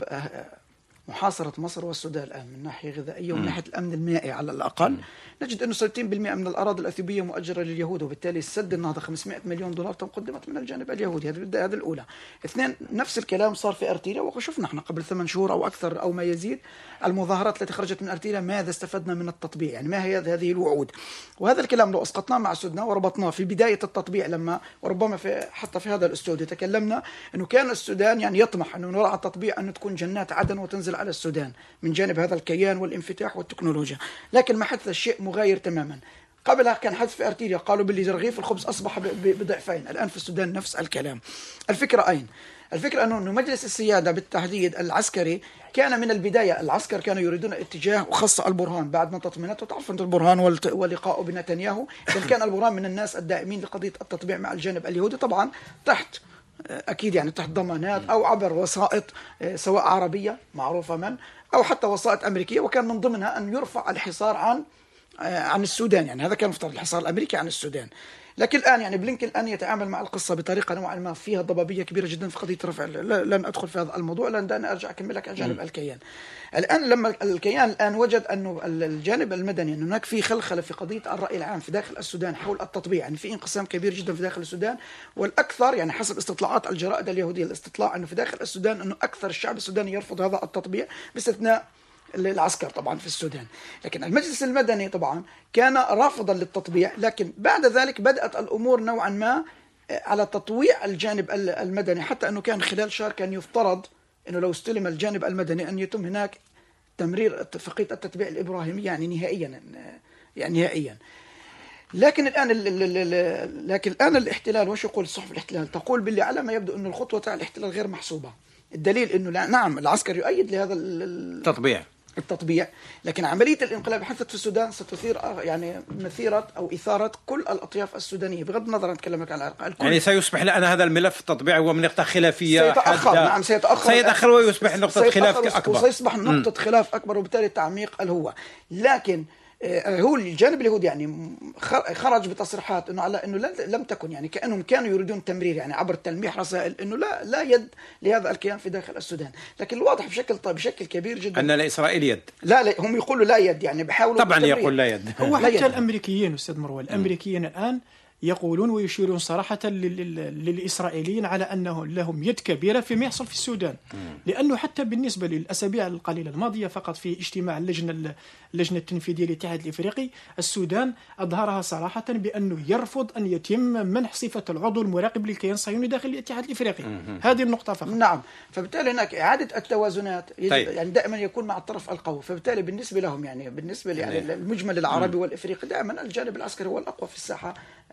B: محاصرة مصر والسودان الآن من ناحية غذائية ومن ناحية الأمن المائي على الأقل، م. نجد أنه ستين بالمئة من الأراضي الأثيوبية مؤجرة لليهود، وبالتالي السد النهضة خمسمائة مليون دولار قدمت من الجانب اليهودي. هذه هذه الأولى. اثنين، نفس الكلام صار في أرتيريا، وشفنا احنا قبل ثمان شهور أو أكثر أو ما يزيد المظاهرات التي خرجت من أرتيريا. ماذا استفدنا من التطبيع؟ يعني ما هي هذه الوعود؟ وهذا الكلام لو أسقطناه مع السودان وربطناه في بداية التطبيع، لما وربما في حتى في هذا الاستوديو تكلمنا أنه كان السودان يعني يطمح أنه نرى التطبيع أن تكون جنات عدن وتنزل على السودان من جانب هذا الكيان والانفتاح والتكنولوجيا، لكن ما حدث شيء مغاير تماما. قبلها كان حدث في أرتيريا، قالوا باللي رغيف الخبز أصبح بضعفين، الآن في السودان نفس الكلام. الفكرة أين؟ الفكرة أنه مجلس السيادة بالتحديد العسكري كان من البداية، العسكر كانوا يريدون اتجاه، وخاصة البرهان بعد ما تطمينته، تعرف أنت البرهان ولقاءه بنتنياهو، كان البرهان من الناس الدائمين لقضية التطبيع مع الجانب اليهودي، طبعا تحت أكيد يعني تحت ضمانات أو عبر وسائط سواء عربية معروفة من أو حتى وسائط أمريكية، وكان من ضمنها أن يرفع الحصار عن عن السودان. يعني هذا كان مفترض، الحصار الأمريكي عن السودان. لكن الآن يعني بلينكن الآن يتعامل مع القصة بطريقة نوعا ما فيها ضبابية كبيرة جدا في قضية رفع. لن أدخل في هذا الموضوع لأن أنا أرجع أكمل لك عن جانب الكيان. الآن لما الكيان الآن وجد أنه الجانب المدني أن هناك في خلخلة في قضية الرأي العام في داخل السودان حول التطبيع، يعني في انقسام كبير جدا في داخل السودان، والأكثر يعني حسب استطلاعات الجرائد اليهودية الاستطلاع أنه في داخل السودان أنه أكثر الشعب السوداني يرفض هذا التطبيع باستثناء العسكر طبعا في السودان. لكن المجلس المدني طبعا كان رافضا للتطبيع، لكن بعد ذلك بدأت الأمور نوعا ما على تطويع الجانب المدني، حتى أنه كان خلال شهر كان يفترض أنه لو استلم الجانب المدني أن يتم هناك تمرير اتفاقية التتبيع الإبراهيمية يعني نهائيا يعني نهائيا. لكن الآن لكن الآن الاحتلال، وش يقول صحف الاحتلال؟ تقول باللي على ما يبدو أن الخطوة تاع الاحتلال غير محسوبة. الدليل أنه نعم العسكر يؤيد لهذا التطبيع التطبيع لكن عملية الانقلاب حدثت في السودان ستثير يعني مثيرة أو إثارة كل الأطياف السودانية بغض النظر عن كلامك عن العرق.
A: يعني سيصبح لأن هذا الملف التطبيع هو من نقطة خلافية
B: سيتأخر حادة. نعم سيتأخر
A: سيتأخر ويصبح نقطة خلاف أكبر
B: وسيصبح نقطة م. خلاف أكبر وبالتالي تعميق الهوة. لكن هو الجانب اليهودي يعني خرج بتصريحات انه على انه لم تكن يعني كانهم كانوا يريدون تمرير يعني عبر تلميح رسائل انه لا لا يد لهذا الكيان في داخل السودان، لكن الواضح بشكل طيب بشكل كبير جدا
A: ان لاسرائيل يد.
B: لا لا هم يقولوا لا يد، يعني بحاولوا
A: طبعا يقول لا يد.
D: هو حتى يد. الامريكيين استاذ مروه الامريكيين الان يقولون ويشيرون صراحة للإسرائيليين على أنه لهم يد كبيرة فيما يحصل في السودان، لأنه حتى بالنسبة للأسابيع القليلة الماضية فقط في اجتماع اللجنة اللجنة التنفيذية للاتحاد الإفريقي، السودان أظهرها صراحة بأنه يرفض أن يتم منح صفة العضو المراقب للكيان الصهيوني داخل الاتحاد الإفريقي. هذه النقطة فقط.
B: نعم، فبالتالي هناك إعادة التوازنات طيب. يعني دائما يكون مع الطرف القوي، فبالتالي بالنسبة لهم يعني بالنسبة يعني المجمل العربي والإفريقي دائما الجانب العسكري هو الأقوى في الساحة.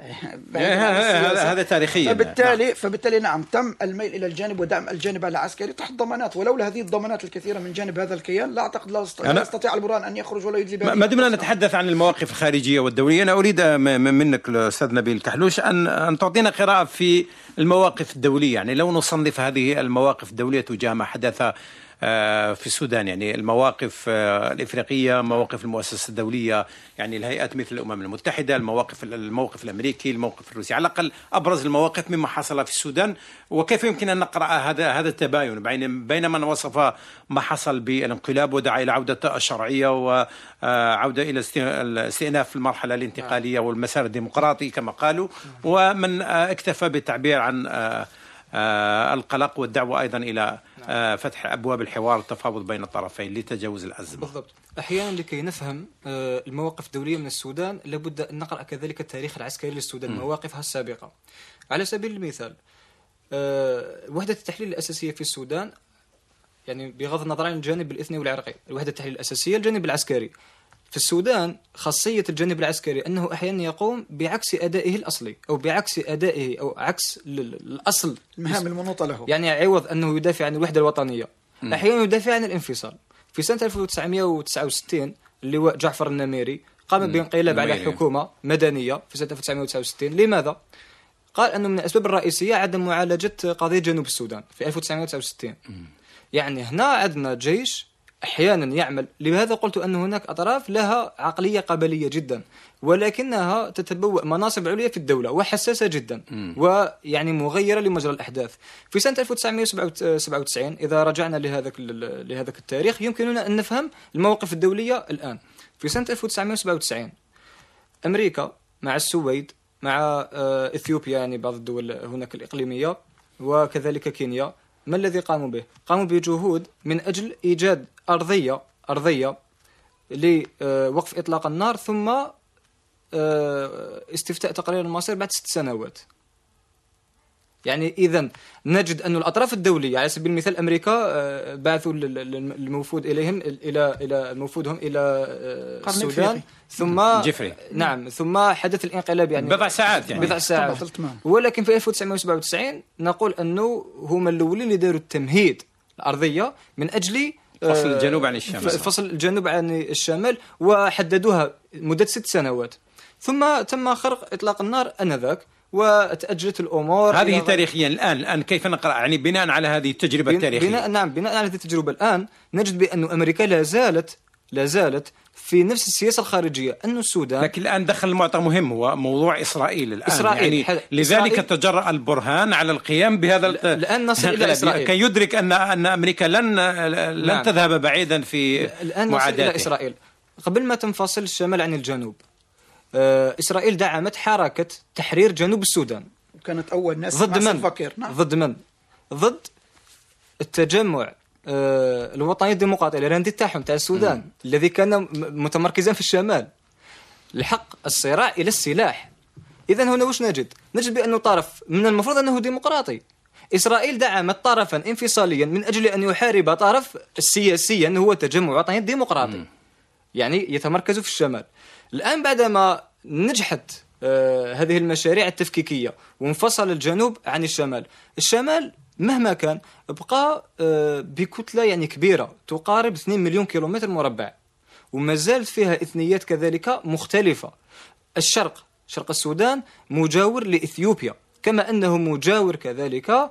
A: هذا هذا تاريخيا.
B: فبالتالي نعم. فبالتالي نعم تم الميل الى الجانب ودعم الجانب العسكري تحت ضمانات، ولولا هذه الضمانات الكثيره من جانب هذا الكيان لا اعتقد لا يستطيع البرهان ان يخرج ولا يدلي
A: ما دمنا نتحدث عن المواقف الخارجيه والدوليه، انا اريد منك الاستاذ نبيل كحلوش ان ان تعطينا قراءه في المواقف الدوليه، يعني لو نصنف هذه المواقف الدوليه تجاه ما حدث في السودان، يعني المواقف الإفريقية، مواقف المؤسسة الدولية، يعني الهيئات مثل الأمم المتحدة، المواقف الموقف الأمريكي، الموقف الروسي، على الأقل أبرز المواقف مما حصل في السودان، وكيف يمكن أن نقرأ هذا هذا التباين بين بين من وصف ما حصل بالانقلاب ودعا إلى عودة الشرعية وعودة إلى استئناف المرحلة الانتقالية والمسار الديمقراطي كما قالوا، ومن اكتفى بالتعبير عن آه القلق والدعوة أيضا إلى آه فتح أبواب الحوار والتفاوض بين الطرفين لتجاوز الأزمة.
C: بالضبط. أحيانا لكي نفهم آه المواقف الدولية من السودان لابد أن نقرأ كذلك التاريخ العسكري للسودان، م. مواقفها السابقة. على سبيل المثال وحدة التحليل الأساسية في السودان، يعني بغض النظر عن الجانب الإثني والعرقي، الوحدة التحليل الأساسية الجانب العسكري. في السودان خاصية الجانب العسكري أنه أحيانا يقوم بعكس أدائه الأصلي أو بعكس أدائه أو عكس الأصل
B: المهام المنوطة له.
C: يعني عوض أنه يدافع عن الوحدة الوطنية أحيانا يدافع عن الانفصال. في سنة ألف وتسعمائة وتسعة وستين اللواء جعفر النميري قام بانقلاب على حكومة مدنية في سنة ألف وتسعمائة وتسعة وستين. لماذا؟ قال أنه من الأسباب الرئيسية عدم معالجة قضية جنوب السودان في ألف وتسعمائة وتسعة وستين. يعني هنا عندنا جيش أحيانا يعمل، لهذا قلت أن هناك أطراف لها عقلية قبلية جدا ولكنها تتبوأ مناصب عليا في الدولة وحساسة جدا ويعني مغيرة لمجرى الأحداث. في سنة ألف وتسعمائة وسبعة وتسعين إذا رجعنا لهذا لهذا التاريخ يمكننا أن نفهم المواقف الدولية الآن. في سنة ألف وتسعمائة وسبعة وتسعين أمريكا مع السويد مع إثيوبيا، يعني بعض الدول هناك الإقليمية، وكذلك كينيا، ما الذي قاموا به؟ قاموا بجهود من أجل إيجاد أرضية أرضية لوقف إطلاق النار ثم استفتاء تقرير المصير بعد ست سنوات. يعني إذن نجد أن الأطراف الدولية على سبيل المثال أمريكا بعثوا الموفود إليهم إلى إلى موفودهم إلى السودان ثم
A: جفري.
C: نعم ثم حدث الانقلاب يعني
A: بضع ساعات يعني
C: بضع ساعات. ولكن في ألف وتسعمائة وسبعة وتسعين نقول أنه هم الأولين اللي داروا التمهيد الأرضية من أجل
A: فصل الجنوب عن الشمال
C: فصل الجنوب عن الشمال وحددوها مدة ست سنوات ثم تم خرق إطلاق النار آنذاك وتأجلت الأمور.
A: هذه تاريخيا الآن الآن كيف نقرأ يعني بناء على هذه التجربة التاريخية؟
C: بناء نعم بناء على هذه التجربة الآن نجد بأن أمريكا لا زالت لا زالت في نفس السياسة الخارجية أن السودان.
A: لكن الآن دخل المعطى مهم هو موضوع إسرائيل الآن
C: إسرائيل
A: يعني لذلك
C: إسرائيل
A: تجرأ البرهان على القيام بهذا
C: الآن نصل إلى إسرائيل
A: كي يدرك أن أن أمريكا لن لن نعم. تذهب بعيدا في
C: الآن نصل إلى إسرائيل. قبل ما تنفصل الشمال عن الجنوب آه إسرائيل دعمت حركة تحرير جنوب السودان
B: وكانت أول ناس
C: ضد من؟
B: فكر. نعم.
C: ضد من؟ ضد التجمع آه الوطني الديمقراطي الإيراني تاعهم تاع السودان م. الذي كان متمركزا في الشمال لحق الصراع إلى السلاح. إذن هنا وش نجد؟ نجد بأنه طرف من المفروض أنه ديمقراطي. إسرائيل دعمت طرفا انفصاليا من أجل أن يحارب طرف سياسيا هو تجمع وطني ديمقراطي م. يعني يتمركز في الشمال. الآن بعدما نجحت آه هذه المشاريع التفكيكية وانفصل الجنوب عن الشمال، الشمال مهما كان بقى آه بكتلة يعني كبيرة تقارب اثنين مليون كيلومتر مربع وما زالت فيها إثنيات كذلك مختلفة. الشرق شرق السودان مجاور لإثيوبيا كما أنه مجاور كذلك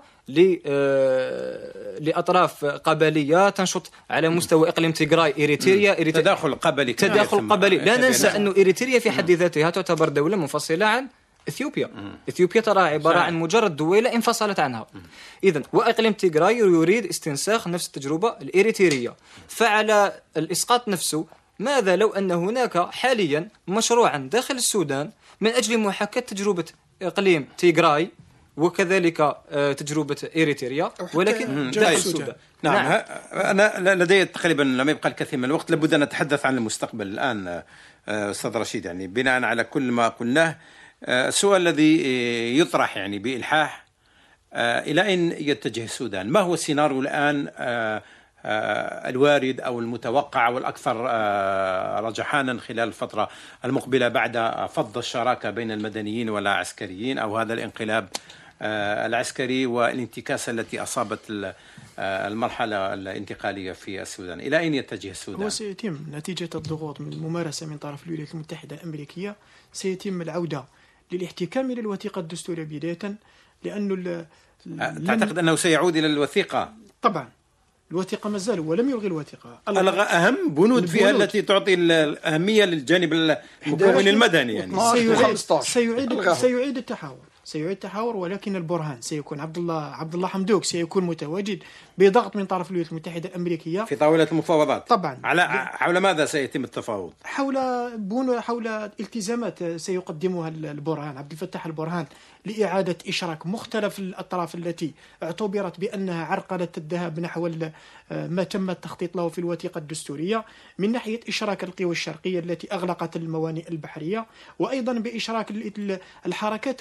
C: لأطراف قبلية تنشط على مستوى إقليم تيغراي إريتريا.
A: تداخل قبلي
C: تداخل قبلي لا ننسى أن إريتريا في حد ذاتها تعتبر دولة منفصلة عن إثيوبيا. إثيوبيا ترى عبارة عن مجرد دويلة انفصلت عنها. إذن وإقليم تيغراي يريد استنساخ نفس التجربة الإريترية. فعلى الإسقاط نفسه ماذا لو أن هناك حاليا مشروعا داخل السودان من أجل محاكاة تجربة إقليم تيغراي وكذلك تجربة إريتريا ولكن داخل السودان.
A: نعم, نعم. أنا لدي تقريبا لم يبقى الكثير من الوقت، لابد أن نتحدث عن المستقبل الآن أستاذ رشيد. يعني بناء على كل ما قلناه السؤال الذي يطرح يعني بإلحاح إلى أين يتجه السودان؟ ما هو السيناريو الآن الوارد أو المتوقع والأكثر رجحانا خلال الفترة المقبلة بعد فض الشراكة بين المدنيين والعسكريين أو هذا الانقلاب العسكري والانتكاسة التي أصابت المرحلة الانتقالية في السودان؟ إلى أين يتجه السودان؟
D: هو سيتم نتيجة الضغوط من الممارسة من طرف الولايات المتحدة الأمريكية، سيتم العودة للاحتكام إلى الوثيقة الدستورية بداية، لأنه
A: تعتقد أنه سيعود إلى الوثيقة؟
D: طبعا الوثيقة ما زال ولم يلغي الوثيقة،
A: ألغى أهم بنود فيها التي تعطي الأهمية للجانب المكون المدني. يعني
D: سيعيد سيعيد سيعيد التحاور سيعيد التحاور ولكن البرهان سيكون عبد الله عبد الله حمدوك سيكون متواجد بضغط من طرف الولايات المتحدة الأمريكية
A: في طاولة المفاوضات.
D: طبعا
A: على حول ماذا سيتم التفاوض؟
D: حول بنود حول التزامات سيقدمها البرهان عبد الفتاح البرهان لإعادة إشراك مختلف الأطراف التي اعتبرت بأنها عرقلت الذهاب نحو ما تم التخطيط له في الوثيقة الدستورية، من ناحية إشراك القوى الشرقية التي أغلقت الموانئ البحرية، وأيضا بإشراك الحركات المسلحة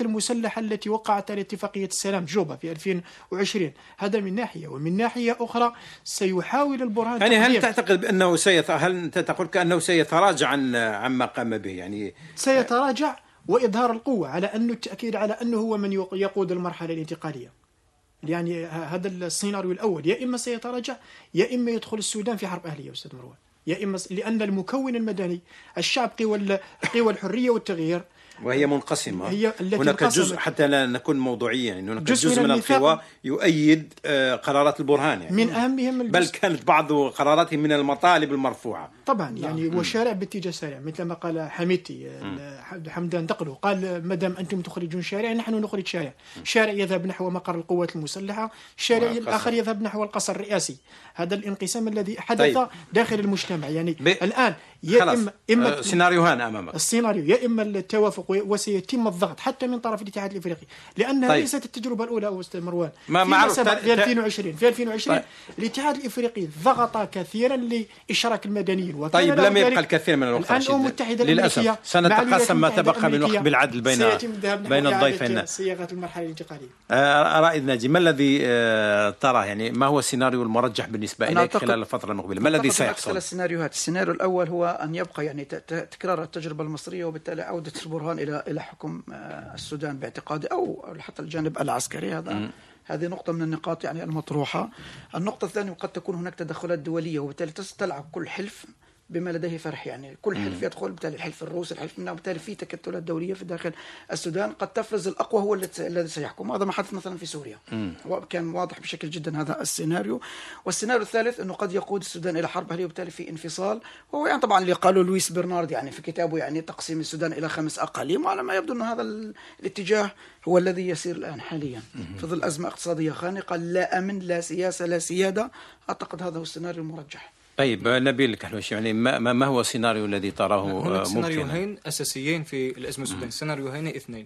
D: المسلحة التي وقعت على اتفاقية السلام جوبا في ألفين وعشرين. هذا من ناحية، ومن ناحية أخرى سيحاول البرهان
A: يعني هل تعتقد بأنه سيت... هل أنت تقول كأنه سيتراجع عن عما قام به؟ يعني
D: سيتراجع وإظهار القوة على أنه التأكيد على أنه هو من يقود المرحلة الانتقالية. يعني هذا السيناريو الأول، يا إما سيتراجع يا إما يدخل السودان في حرب أهلية أستاذ مروان، يا إما لأن المكون المدني الشعب قوى قوى الحرية والتغيير،
A: وهي منقسمة.
D: هي
A: هناك جزء، حتى لا نكون موضوعيا، يعني هناك جزء, جزء من, من القوى يؤيد قرارات البرهان، يعني
D: من أهمهم
A: بل كانت بعض قراراتهم من المطالب المرفوعة
D: طبعا. يعني وشارع باتجاه سارع، مثل ما قال حميدتي حمدان دقلو، قال مدام أنتم تخرجون شارع نحن نخرج شارع. شارع يذهب نحو مقر القوات المسلحة، شارع الآخر يذهب نحو القصر الرئاسي. هذا الانقسام الذي حدث طيب. داخل المجتمع. يعني ب... الآن يا إما, إما
A: سيناريوهان أمامك،
D: السيناريو يا إما التوافق وسيتم الضغط حتى من طرف الاتحاد الافريقي، لانها
A: طيب.
D: ليست التجربه الاولى استاذ مروان.
A: ما معروف
D: في ألفين وعشرين في ألفين وعشرين طيب. الاتحاد الافريقي ضغط كثيرا لاشراك المدنيين.
A: طيب لم يبقى الكثير من الوقت
D: الان الامم المتحده
A: للاسف. سنتقاسم ما تبقى من وقت بالعدل بين بين الضيفين.
D: صياغه المرحله الانتقاليه.
A: آه رائد ناجي، ما الذي آه ترى، يعني ما هو السيناريو المرجح بالنسبه اليك خلال الفتره المقبله؟ ما الذي سيحصل؟
B: السيناريوهات، السيناريو الاول هو ان يبقى يعني تكرار التجربه المصريه، وبالتالي عوده البرهان الى الى حكم السودان باعتقادي، او حتى الجانب العسكري. هذا م. هذه نقطة من النقاط يعني المطروحة. النقطة الثانية، قد تكون هناك تدخلات دولية، وبالتالي تلعب كل حلف بما لديه فرح. يعني كل حلف يدخل، بالتالي الحلف الروسي، الحلف منه، بالتالي في تكتلات دولية في داخل السودان قد تفرز الأقوى هو الذي سيحكم. هذا ما حدث مثلا في سوريا، وكان واضح بشكل جدا هذا السيناريو. والسيناريو الثالث أنه قد يقود السودان إلى حرب أهلية، وبالتالي في انفصال. وهو يعني طبعا اللي قاله لويس برنارد يعني في كتابه، يعني تقسيم السودان إلى خمس أقاليم، وعلى ما يبدو أن هذا الاتجاه هو الذي يسير الآن حاليا في ظل أزمة اقتصادية خانقة، لا أمن، لا سياسة، لا سيادة. أعتقد هذا هو السيناريو المرجح.
A: طيب نبيل الكحلوشي، يعني ما, ما هو السيناريو الذي تراه ممكن؟
C: هناك سيناريوهين أساسيين في الأزمة السودانية، سيناريوهين اثنين،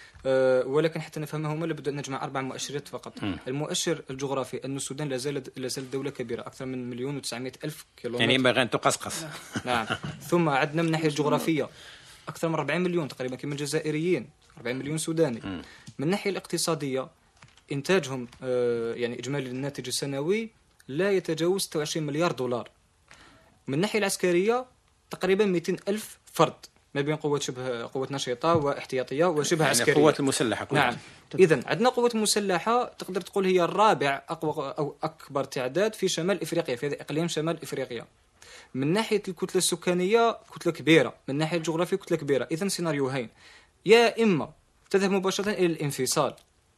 C: أه ولكن حتى نفهمهما لابد أن نجمع أربع مؤشرات فقط. م. المؤشر الجغرافي أن السودان لا زالت لا زالت دولة كبيرة، أكثر من مليون وتسعمائة ألف كيلومتر،
A: يعني ينبغي أن تقصقص.
C: نعم. ثم عندنا من الناحية الجغرافية أكثر من أربعين مليون تقريبا كما الجزائريين، أربعين مليون سوداني. م. من الناحية الاقتصادية إنتاجهم أه يعني إجمالي الناتج السنوي لا يتجاوز ستة وعشرين مليار دولار. من الناحية العسكرية تقريبا مئتين ألف فرد ما بين قوة شبه قوة نشيطة واحتياطية وشبه
A: يعني
C: عسكرية.
A: قوات المسلحة كلها.
C: نعم. إذن عندنا قوة مسلحة تقدر تقول هي الرابع أقوى أو أكبر تعداد في شمال إفريقيا، في هذا إقليم شمال إفريقيا. من ناحية الكتلة السكانية كتلة كبيرة، من ناحية الجغرافية كتلة كبيرة. إذن سيناريوهين، يا إما تذهب مباشرة إلى الانفصال،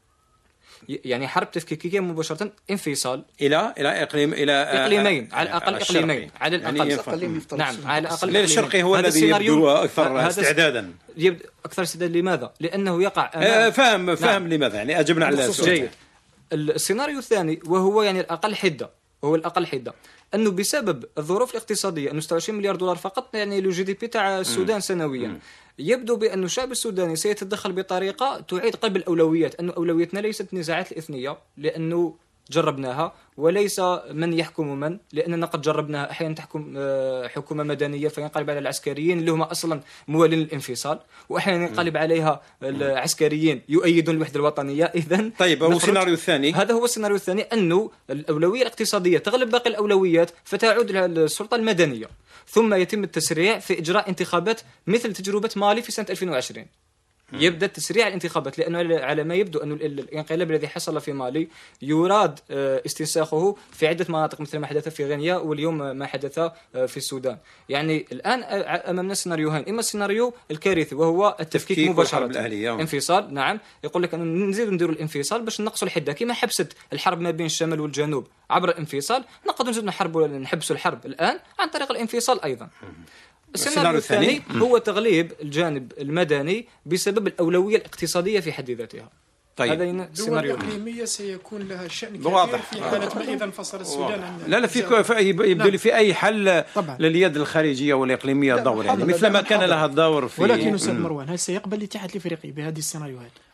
C: يعني حرب تفكيكية مباشرة، انفصال
A: إلى إلى إقليم إلى
C: إقليمين على الأقل، إقليمين على الأقل.
A: يعني
C: نعم على الأقل.
A: الليل الشرقي هو الذي يبدو أكثر استعدادا.
C: يبدو أكثر استعدادا. لماذا؟ لأنه يقع
A: أمام فهم فهم نعم. لماذا؟ يعني أجبنا على السؤال.
C: جيد. السيناريو الثاني وهو يعني الأقل حدة، وهو الأقل حدة، أنه بسبب الظروف الاقتصادية أنه ستة وعشرين مليار دولار فقط يعني الجي دي بي تاع السودان سنويا. م. يبدو بأن الشعب السوداني سيتدخل بطريقة تعيد قلب الأولويات، أنه أولويتنا ليست النزاعات الإثنية لأنه جربناها، وليس من يحكم من، لأننا قد جربناها. أحيانا تحكم حكومة مدنية فينقلب على العسكريين اللي هم أصلا موالين الانفصال، وأحيانا ينقلب عليها العسكريين يؤيدون الوحدة الوطنية. إذن
A: طيب والسيناريو الثاني؟
C: هذا هو السيناريو الثاني، أنه الأولوية الاقتصادية تغلب باقي الأولويات فتعود السلطة المدنية، ثم يتم التسريع في إجراء انتخابات مثل تجربة مالي في سنة ألفين وعشرين. يبدأ تسريع الانتخابات، لأنه على ما يبدو أن الانقلاب الذي حصل في مالي يراد استنساخه في عدة مناطق مثل ما حدث في غينيا، واليوم ما حدث في السودان. يعني الآن أمامنا سيناريوهين، إما السيناريو الكارثي وهو التفكيك مباشرة، انفصال. نعم، يقول لك أن نزيد نديروا الانفصال باش نقصوا الحدة، كما حبست الحرب ما بين الشمال والجنوب عبر الانفصال، نقدر نزيد نحرب نحبسوا الحرب الآن عن طريق الانفصال أيضا. السيناريو الثاني هو تغليب الجانب المدني بسبب الأولوية الاقتصادية في حد ذاتها.
A: طيب.
D: هذا الدول الإقليمية سيكون لها شأن كبير في حالة ما إذا انفصل السودان عن
A: لا لا في يبدو لي في أي حل طبعا. لليد الخارجية والإقليمية دور، يعني مثل ما كان لها الدور في.
D: ولكن أستاذ مروان، هل سيقبل الاتحاد الإفريقي بهذه السيناريوهات؟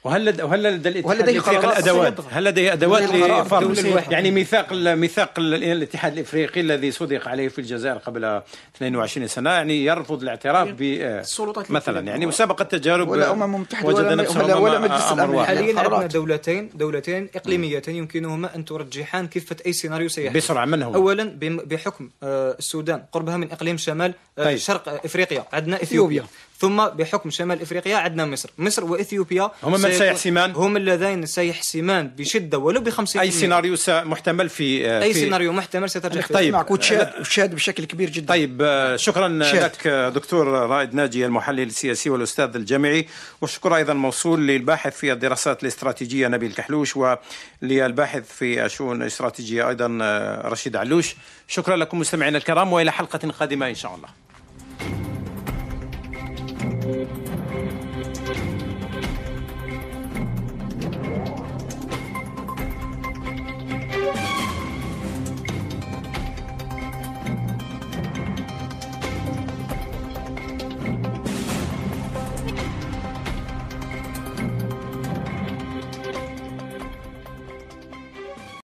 A: وهل لدى وهل لدى الاتحاد
B: لديه
A: الافريقي
B: قرارات
A: الادوات؟
B: تصيدها.
A: هل لديه ادوات
B: لديه قرارات
A: لفرض
B: دولية.
A: يعني ميثاق ميثاق الاتحاد الافريقي الذي صدق عليه في الجزائر قبل اثنين وعشرين سنه يعني يرفض الاعتراف ب
D: السلطات
A: مثلا
D: الإقليمية.
A: يعني مسابقه تجارب
B: ولا أمم متحدة
A: وجد
B: ولا
A: نفسه
B: ولا, ولا
A: أمام
B: مجلس
A: أمر
B: الأمن.
A: واحد.
C: حاليا عندنا
B: قرارات.
C: دولتين دولتين اقليميتين يمكنهما ان ترجحان كافه اي سيناريو سيحدث.
A: بسرعه من هو؟
C: اولا بم- بحكم آه، السودان قربها من اقليم شمال آه،
A: طيب.
C: شرق افريقيا عندنا اثيوبيا.
B: إثيوبيا.
C: ثم بحكم شمال افريقيا عندنا مصر مصر واثيوبيا
A: هم من
C: سيكون-
A: سيحسمان؟
C: هم اللذين سيحسمان بشده ولو ب خمسين
A: اي سيناريو محتمل في
C: اي
A: في
C: سيناريو محتمل سترجع فيه.
A: طيب.
B: معك وتشاد وتشاد بشكل كبير جدا.
A: طيب آه، شكرا
B: شاد.
A: لك آه، دكتور رائد ناجي المحلل السياسي والاستاذ الجامعي، والشكر ايضا موصول للباحث في الدراسات الاستراتيجيه نبيل كحلوش، وللباحث في الشؤون الاستراتيجيه ايضا آه، رشيد علوش. شكرا لكم مستمعينا الكرام، والى حلقه قادمه ان شاء الله.